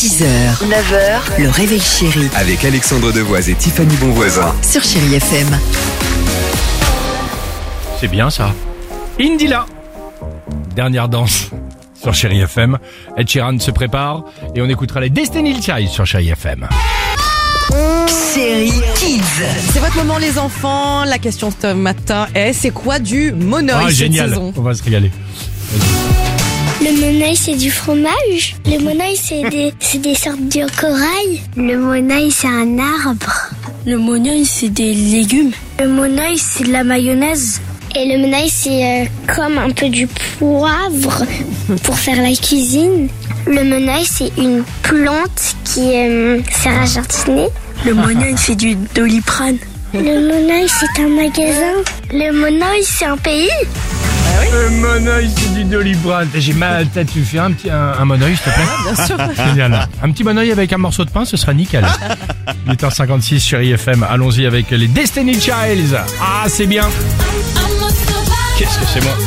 6h, 9h, le réveil chéri Avec Alexandre Devoise et Tiffany Bonvoisin. sur Chéri FM. C'est bien ça. Indila. Dernière danse sur Chéri FM. Ed Sheeran se prépare et on écoutera les Destiny Child sur Chéri FM. Chéri Kids. C'est votre moment les enfants. La question ce matin est, c'est quoi du monoeil cette Génial. saison? On va se régaler. Le monoeil, c'est du fromage. Le monoeil, c'est des sortes de corail. Le monoeil, c'est un arbre. Le monoeil, c'est des légumes. Le monoeil, c'est de la mayonnaise. Et le monoeil, c'est comme un peu du poivre pour faire la cuisine. Le monoeil, c'est une plante qui sert à jardiner. Le monoeil, c'est du Doliprane. Le monoeil, c'est un magasin. Le monoeil, c'est un pays. Le monoeil, c'est du Doliprane. J'ai mal à la tête. Tu fais un monoeil, s'il te plaît? Bien sûr. Génial. Un petit monoeil avec un morceau de pain, ce sera nickel. 8h56 Chéri FM. Allons-y avec les Destiny Childs. Ah, c'est bien. Qu'est-ce que c'est bon.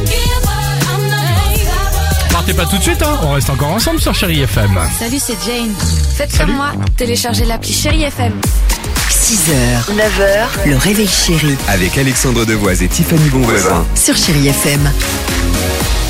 Partez pas tout de suite, hein. On reste encore ensemble sur Chéri FM. Salut, c'est Jane. Faites comme moi, téléchargez l'appli Chéri FM. 6h, 9h, le réveil chéri Avec Alexandre Devoise et Tiffany Bonvoisin. sur Chéri FM.